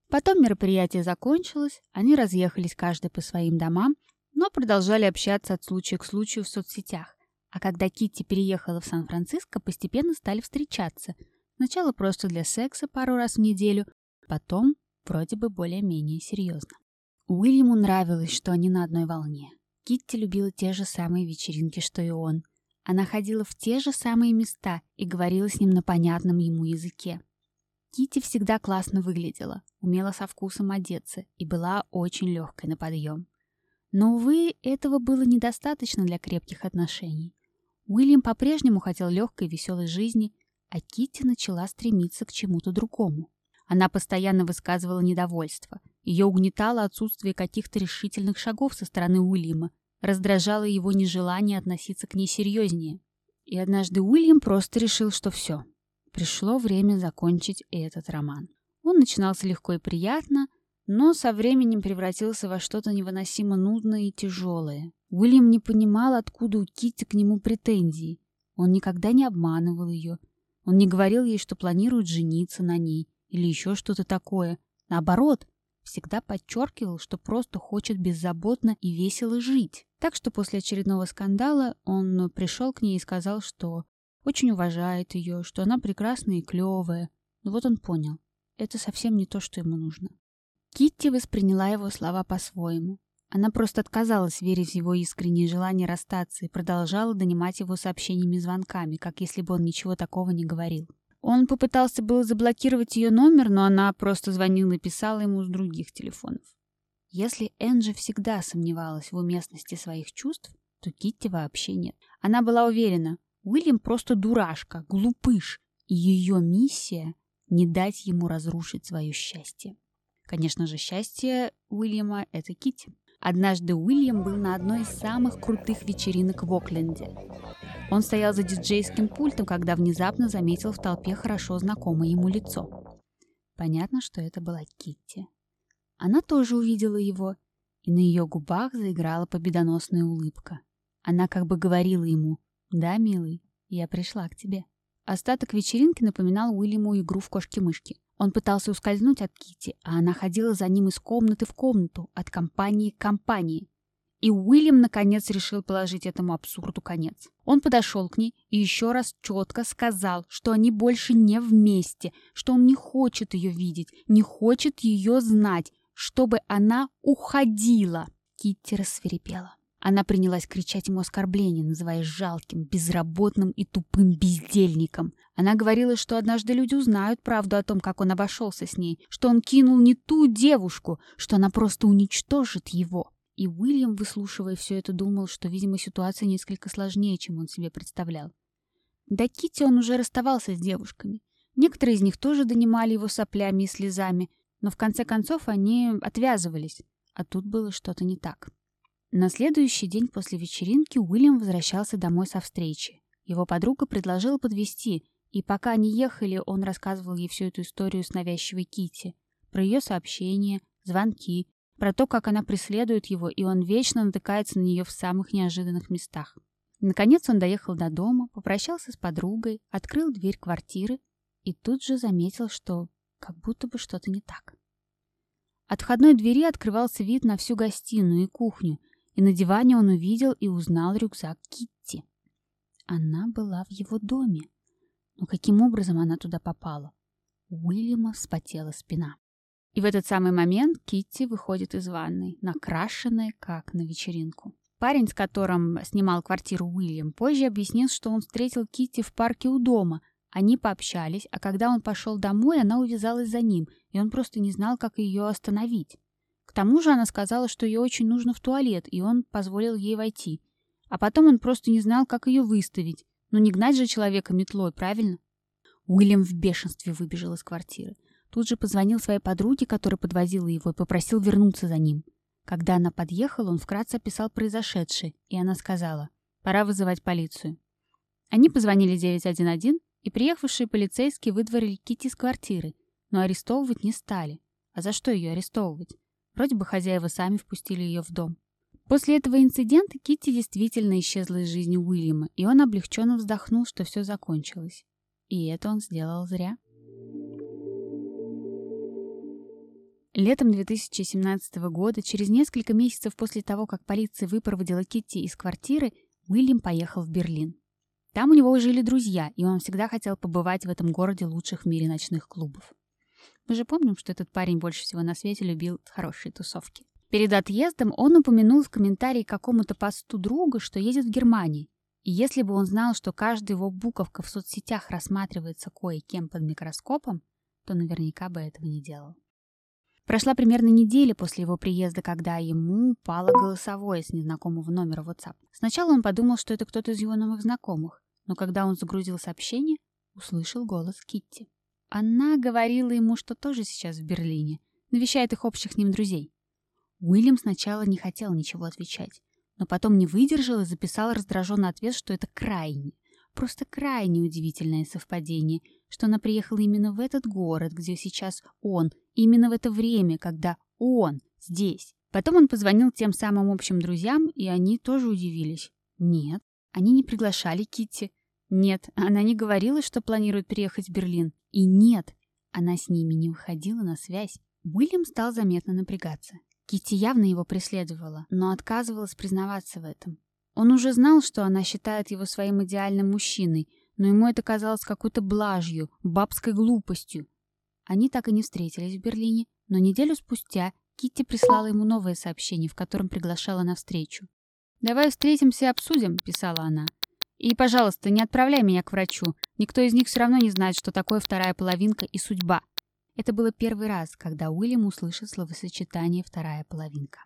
Потом мероприятие закончилось, они разъехались каждый по своим домам, но продолжали общаться от случая к случаю в соцсетях. А когда Китти переехала в Сан-Франциско, постепенно стали встречаться. Сначала просто для секса пару раз в неделю, потом вроде бы более-менее серьезно. Уильяму нравилось, что они на одной волне. Китти любила те же самые вечеринки, что и он. Она ходила в те же самые места и говорила с ним на понятном ему языке. Китти всегда классно выглядела, умела со вкусом одеться и была очень легкой на подъем. Но, увы, этого было недостаточно для крепких отношений. Уильям по-прежнему хотел легкой и веселой жизни, а Китти начала стремиться к чему-то другому. Она постоянно высказывала недовольство. Ее угнетало отсутствие каких-то решительных шагов со стороны Уильяма, раздражало его нежелание относиться к ней серьезнее. И однажды Уильям просто решил, что все. Пришло время закончить этот роман. Он начинался легко и приятно, но со временем превратился во что-то невыносимо нудное и тяжелое. Уильям не понимал, откуда у Китти к нему претензии. Он никогда не обманывал ее. Он не говорил ей, что планирует жениться на ней или еще что-то такое. Наоборот, всегда подчеркивал, что просто хочет беззаботно и весело жить. Так что после очередного скандала он пришел к ней и сказал, что очень уважает ее, что она прекрасная и клевая. Но вот он понял, это совсем не то, что ему нужно. Китти восприняла его слова по-своему. Она просто отказалась верить в его искреннее желание расстаться и продолжала донимать его сообщениями и звонками, как если бы он ничего такого не говорил. Он попытался было заблокировать ее номер, но она просто звонила и писала ему с других телефонов. Если Энджи всегда сомневалась в уместности своих чувств, то Китти вообще нет. Она была уверена, Уильям просто дурашка, глупыш, и ее миссия — не дать ему разрушить свое счастье. Конечно же, счастье Уильяма — это Китти. Однажды Уильям был на одной из самых крутых вечеринок в Окленде. Он стоял за диджейским пультом, когда внезапно заметил в толпе хорошо знакомое ему лицо. Понятно, что это была Китти. Она тоже увидела его, и на ее губах заиграла победоносная улыбка. Она как бы говорила ему: «Да, милый, я пришла к тебе». Остаток вечеринки напоминал Уильяму игру в кошки-мышки. Он пытался ускользнуть от Китти, а она ходила за ним из комнаты в комнату, от компании к компании. И Уильям, наконец, решил положить этому абсурду конец. Он подошел к ней и еще раз четко сказал, что они больше не вместе, что он не хочет ее видеть, не хочет ее знать, чтобы она уходила. Китти рассвирепела. Она принялась кричать ему оскорбления, называя жалким, безработным и тупым бездельником. Она говорила, что однажды люди узнают правду о том, как он обошелся с ней, что он кинул не ту девушку, что она просто уничтожит его. И Уильям, выслушивая все это, думал, что, видимо, ситуация несколько сложнее, чем он себе представлял. До Китти он уже расставался с девушками. Некоторые из них тоже донимали его соплями и слезами, но в конце концов они отвязывались, а тут было что-то не так. На следующий день после вечеринки Уильям возвращался домой со встречи. Его подруга предложила подвезти, и пока они ехали, он рассказывал ей всю эту историю с навязчивой Китти, про ее сообщения, звонки, про то, как она преследует его, и он вечно натыкается на нее в самых неожиданных местах. Наконец он доехал до дома, попрощался с подругой, открыл дверь квартиры и тут же заметил, что как будто бы что-то не так. От входной двери открывался вид на всю гостиную и кухню, и на диване он увидел и узнал рюкзак Китти. Она была в его доме. Но каким образом она туда попала? У Уильяма вспотела спина. И в этот самый момент Китти выходит из ванной, накрашенная, как на вечеринку. Парень, с которым снимал квартиру Уильям, позже объяснил, что он встретил Китти в парке у дома. Они пообщались, а когда он пошел домой, она увязалась за ним, и он просто не знал, как ее остановить. К тому же она сказала, что ей очень нужно в туалет, и он позволил ей войти. А потом он просто не знал, как ее выставить. Но не гнать же человека метлой, правильно? Уильям в бешенстве выбежал из квартиры. Тут же позвонил своей подруге, которая подвозила его, и попросил вернуться за ним. Когда она подъехала, он вкратце описал произошедшее, и она сказала: «Пора вызывать полицию». Они позвонили 911, и приехавшие полицейские выдворили Китти из квартиры, но арестовывать не стали. А за что ее арестовывать? Вроде бы хозяева сами впустили ее в дом. После этого инцидента Китти действительно исчезла из жизни Уильяма, и он облегченно вздохнул, что все закончилось. И это он сделал зря. Летом 2017 года, через несколько месяцев после того, как полиция выпроводила Китти из квартиры, Уильям поехал в Берлин. Там у него жили друзья, и он всегда хотел побывать в этом городе лучших в мире ночных клубов. Мы же помним, что этот парень больше всего на свете любил хорошие тусовки. Перед отъездом он упомянул в комментарии к какому-то посту друга, что едет в Германию. И если бы он знал, что каждая его буковка в соцсетях рассматривается кое-кем под микроскопом, то наверняка бы этого не делал. Прошла примерно неделя после его приезда, когда ему упало голосовое с незнакомого номера WhatsApp. Сначала он подумал, что это кто-то из его новых знакомых, но когда он загрузил сообщение, услышал голос Китти. Она говорила ему, что тоже сейчас в Берлине, навещает их общих с ним друзей. Уильям сначала не хотел ничего отвечать, но потом не выдержал и записал раздраженный ответ, что это просто крайне удивительное совпадение, что она приехала именно в этот город, где сейчас он, именно в это время, когда он здесь. Потом он позвонил тем самым общим друзьям, и они тоже удивились. Нет, они не приглашали Китти. Нет, она не говорила, что планирует переехать в Берлин. И нет, она с ними не выходила на связь. Уильям стал заметно напрягаться. Китти явно его преследовала, но отказывалась признаваться в этом. Он уже знал, что она считает его своим идеальным мужчиной, но ему это казалось какой-то блажью, бабской глупостью. Они так и не встретились в Берлине, но неделю спустя Китти прислала ему новое сообщение, в котором приглашала на встречу. «Давай встретимся и обсудим», — писала она. «И, пожалуйста, не отправляй меня к врачу. Никто из них все равно не знает, что такое вторая половинка и судьба». Это было первый раз, когда Уильям услышал словосочетание «вторая половинка».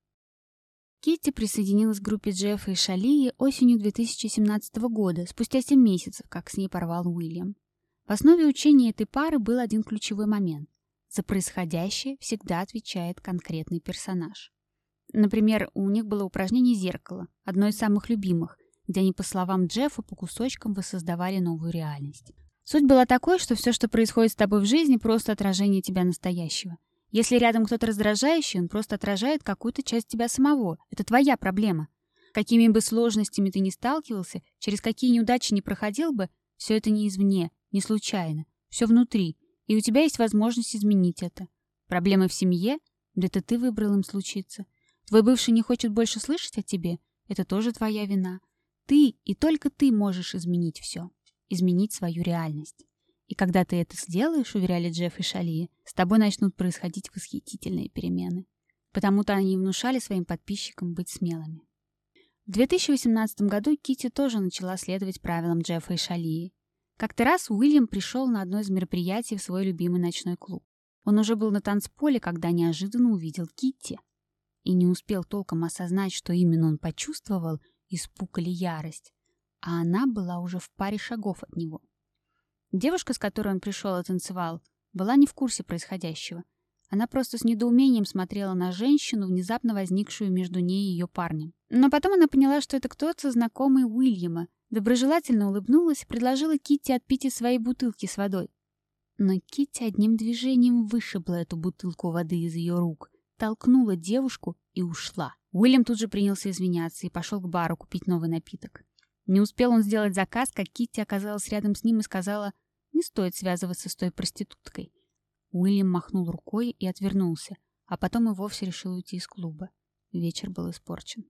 Китти присоединилась к группе Джеффа и Шалии осенью 2017 года, спустя 7 месяцев, как с ней порвал Уильям. В основе учения этой пары был один ключевой момент. За происходящее всегда отвечает конкретный персонаж. Например, у них было упражнение «Зеркало», одно из самых любимых, где они, по словам Джеффа, по кусочкам воссоздавали новую реальность. Суть была такой, что все, что происходит с тобой в жизни, просто отражение тебя настоящего. Если рядом кто-то раздражающий, он просто отражает какую-то часть тебя самого. Это твоя проблема. Какими бы сложностями ты ни сталкивался, через какие неудачи ни проходил бы, все это не извне, не случайно, все внутри, и у тебя есть возможность изменить это. Проблемы в семье? Да это ты выбрал им случиться. Твой бывший не хочет больше слышать о тебе? Это тоже твоя вина. Ты и только ты можешь изменить все. Изменить свою реальность. И когда ты это сделаешь, уверяли Джефф и Шалия, с тобой начнут происходить восхитительные перемены. Потому-то они внушали своим подписчикам быть смелыми. В 2018 году Китти тоже начала следовать правилам Джеффа и Шалии. Как-то раз Уильям пришел на одно из мероприятий в свой любимый ночной клуб. Он уже был на танцполе, когда неожиданно увидел Китти. И не успел толком осознать, что именно он почувствовал, испуг или ярость. А она была уже в паре шагов от него. Девушка, с которой он пришел и танцевал, была не в курсе происходящего. Она просто с недоумением смотрела на женщину, внезапно возникшую между ней и ее парнем. Но потом она поняла, что это кто-то знакомый Уильяма, доброжелательно улыбнулась и предложила Китти отпить из своей бутылки с водой. Но Китти одним движением вышибла эту бутылку воды из ее рук, толкнула девушку и ушла. Уильям тут же принялся извиняться и пошел к бару купить новый напиток. Не успел он сделать заказ, как Китти оказалась рядом с ним и сказала: «Не стоит связываться с той проституткой». Уильям махнул рукой и отвернулся, а потом и вовсе решил уйти из клуба. Вечер был испорчен.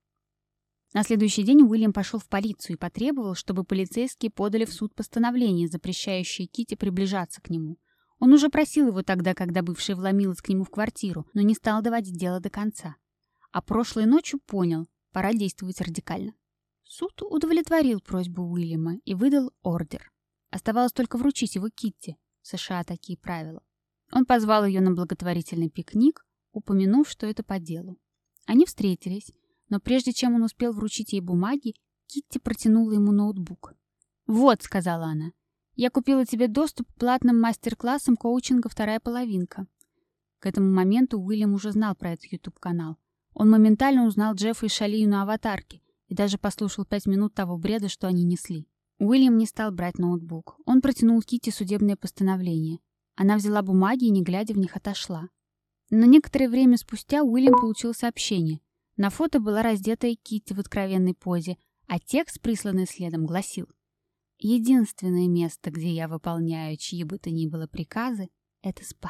На следующий день Уильям пошел в полицию и потребовал, чтобы полицейские подали в суд постановление, запрещающее Китти приближаться к нему. Он уже просил его тогда, когда бывшая вломилась к нему в квартиру, но не стал доводить дело до конца. А прошлой ночью понял, пора действовать радикально. Суд удовлетворил просьбу Уильяма и выдал ордер. Оставалось только вручить его Китти. В США такие правила. Он позвал ее на благотворительный пикник, упомянув, что это по делу. Они встретились, но прежде чем он успел вручить ей бумаги, Китти протянула ему ноутбук. «Вот», — сказала она, — «я купила тебе доступ к платным мастер-классам коучинга «Вторая половинка». К этому моменту Уильям уже знал про этот YouTube-канал. Он моментально узнал Джеффа и Шалию на аватарке и даже послушал 5 минут того бреда, что они несли. Уильям не стал брать ноутбук. Он протянул Китти судебное постановление. Она взяла бумаги и, не глядя в них, отошла. Но некоторое время спустя Уильям получил сообщение. На фото была раздетая Китти в откровенной позе, а текст, присланный следом, гласил: «Единственное место, где я выполняю чьи бы то ни было приказы, — это спальня».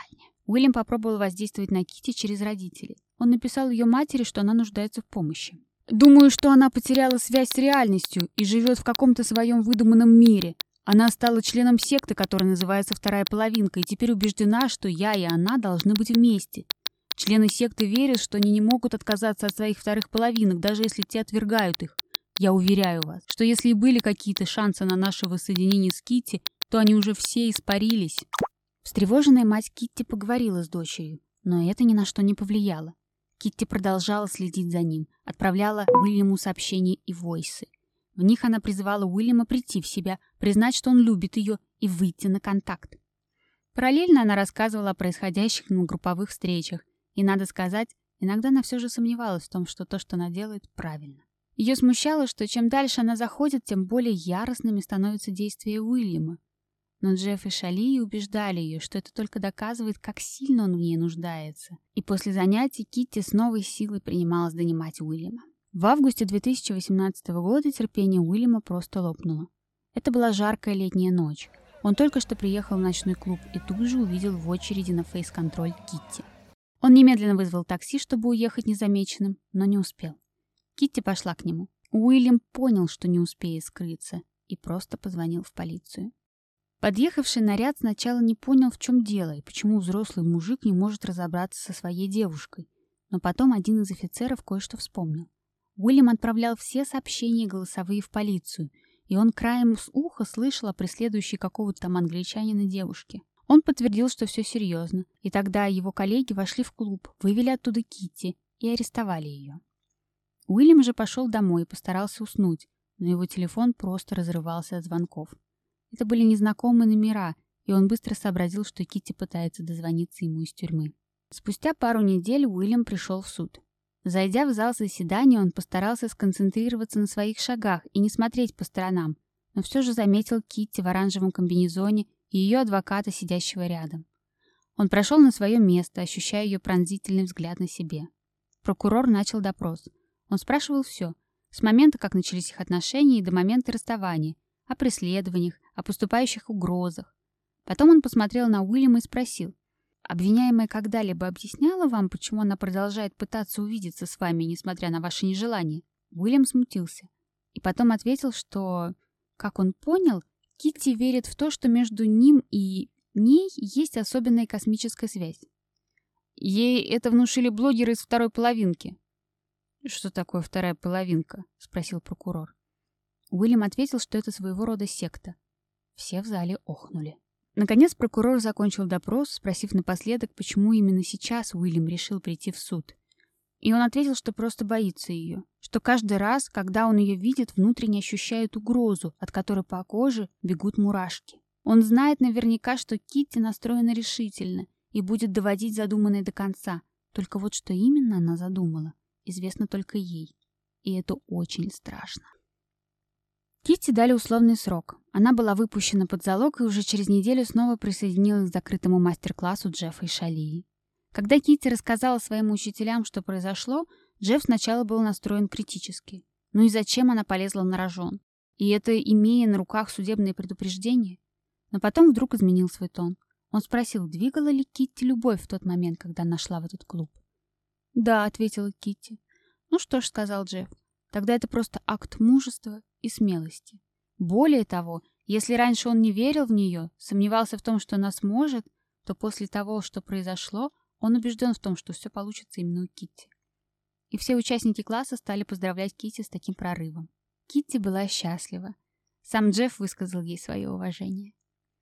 Уильям попробовал воздействовать на Китти через родителей. Он написал ее матери, что она нуждается в помощи. «Думаю, что она потеряла связь с реальностью и живет в каком-то своем выдуманном мире. Она стала членом секты, которая называется «Вторая половинка», и теперь убеждена, что я и она должны быть вместе. Члены секты верят, что они не могут отказаться от своих вторых половинок, даже если те отвергают их. Я уверяю вас, что если и были какие-то шансы на наше воссоединение с Китти, то они уже все испарились». Встревоженная мать Китти поговорила с дочерью, но это ни на что не повлияло. Китти продолжала следить за ним, отправляла Уильяму сообщения и войсы. В них она призывала Уильяма прийти в себя, признать, что он любит ее, и выйти на контакт. Параллельно она рассказывала о происходящих на групповых встречах, и, надо сказать, иногда она все же сомневалась в том, что то, что она делает, правильно. Ее смущало, что чем дальше она заходит, тем более яростными становятся действия Уильяма. Но Джефф и Шалии убеждали ее, что это только доказывает, как сильно он в ней нуждается. И после занятий Китти с новой силой принималась донимать Уильяма. В августе 2018 года терпение Уильяма просто лопнуло. Это была жаркая летняя ночь. Он только что приехал в ночной клуб и тут же увидел в очереди на фейс-контроль Китти. Он немедленно вызвал такси, чтобы уехать незамеченным, но не успел. Китти пошла к нему. Уильям понял, что не успеет скрыться, и просто позвонил в полицию. Подъехавший наряд сначала не понял, в чем дело и почему взрослый мужик не может разобраться со своей девушкой, но потом один из офицеров кое-что вспомнил. Уильям отправлял все сообщения голосовые в полицию, и он краем уха слышал о преследующей какого-то там англичанина девушке. Он подтвердил, что все серьезно, и тогда его коллеги вошли в клуб, вывели оттуда Китти и арестовали ее. Уильям же пошел домой и постарался уснуть, но его телефон просто разрывался от звонков. Это были незнакомые номера, и он быстро сообразил, что Китти пытается дозвониться ему из тюрьмы. Спустя пару недель Уильям пришел в суд. Зайдя в зал заседания, он постарался сконцентрироваться на своих шагах и не смотреть по сторонам, но все же заметил Китти в оранжевом комбинезоне и ее адвоката, сидящего рядом. Он прошел на свое место, ощущая ее пронзительный взгляд на себе. Прокурор начал допрос. Он спрашивал все, с момента, как начались их отношения, и до момента расставания, о преследованиях, о поступающих угрозах. Потом он посмотрел на Уильяма и спросил: «Обвиняемая когда-либо объясняла вам, почему она продолжает пытаться увидеться с вами, несмотря на ваше нежелание?» Уильям смутился. И потом ответил, что, как он понял, Китти верит в то, что между ним и ней есть особенная космическая связь. Ей это внушили блогеры из второй половинки. «Что такое вторая половинка?» — спросил прокурор. Уильям ответил, что это своего рода секта. Все в зале охнули. Наконец прокурор закончил допрос, спросив напоследок, почему именно сейчас Уильям решил прийти в суд. И он ответил, что просто боится ее, что каждый раз, когда он ее видит, внутренне ощущает угрозу, от которой по коже бегут мурашки. Он знает наверняка, что Китти настроена решительно и будет доводить задуманное до конца. Только вот что именно она задумала, известно только ей. И это очень страшно. Китти дали условный срок. Она была выпущена под залог и уже через неделю снова присоединилась к закрытому мастер-классу Джеффа и Шалии. Когда Китти рассказала своим учителям, что произошло, Джефф сначала был настроен критически. Ну и зачем она полезла на рожон? И это имея на руках судебные предупреждения? Но потом вдруг изменил свой тон. Он спросил, двигала ли Китти любовь в тот момент, когда она шла в этот клуб. «Да», — ответила Китти. «Ну что ж», — сказал Джефф, — «тогда это просто акт мужества и смелости. Более того, если раньше он не верил в нее, сомневался в том, что она сможет, то после того, что произошло, он убежден в том, что все получится именно у Китти». И все участники класса стали поздравлять Китти с таким прорывом. Китти была счастлива. Сам Джефф высказал ей свое уважение.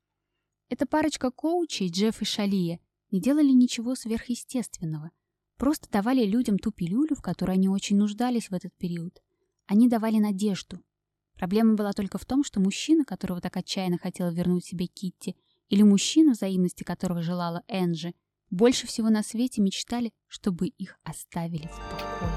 Эта парочка коучей, Джефф и Шалия, не делали ничего сверхъестественного. Просто давали людям ту пилюлю, в которой они очень нуждались в этот период. Они давали надежду. Проблема была только в том, что мужчина, которого так отчаянно хотела вернуть себе Китти, или мужчина, взаимности которого желала Энджи, больше всего на свете мечтали, чтобы их оставили в покое.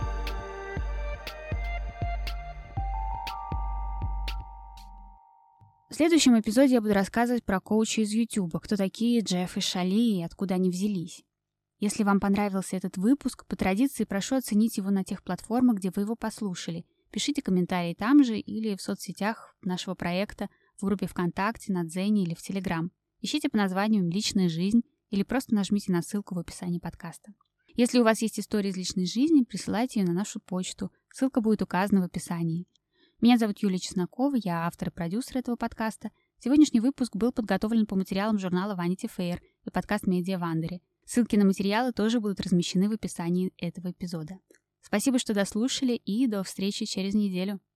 В следующем эпизоде я буду рассказывать про коучей из YouTube, кто такие Джефф и Шали и откуда они взялись. Если вам понравился этот выпуск, по традиции прошу оценить его на тех платформах, где вы его послушали. Пишите комментарии там же или в соцсетях нашего проекта, в группе ВКонтакте, на Дзене или в Телеграм. Ищите по названию «Личная жизнь» или просто нажмите на ссылку в описании подкаста. Если у вас есть история из личной жизни, присылайте ее на нашу почту. Ссылка будет указана в описании. Меня зовут Юлия Чеснокова, я автор и продюсер этого подкаста. Сегодняшний выпуск был подготовлен по материалам журнала Vanity Fair и подкаст Media Wondery. Ссылки на материалы тоже будут размещены в описании этого эпизода. Спасибо, что дослушали, и до встречи через неделю.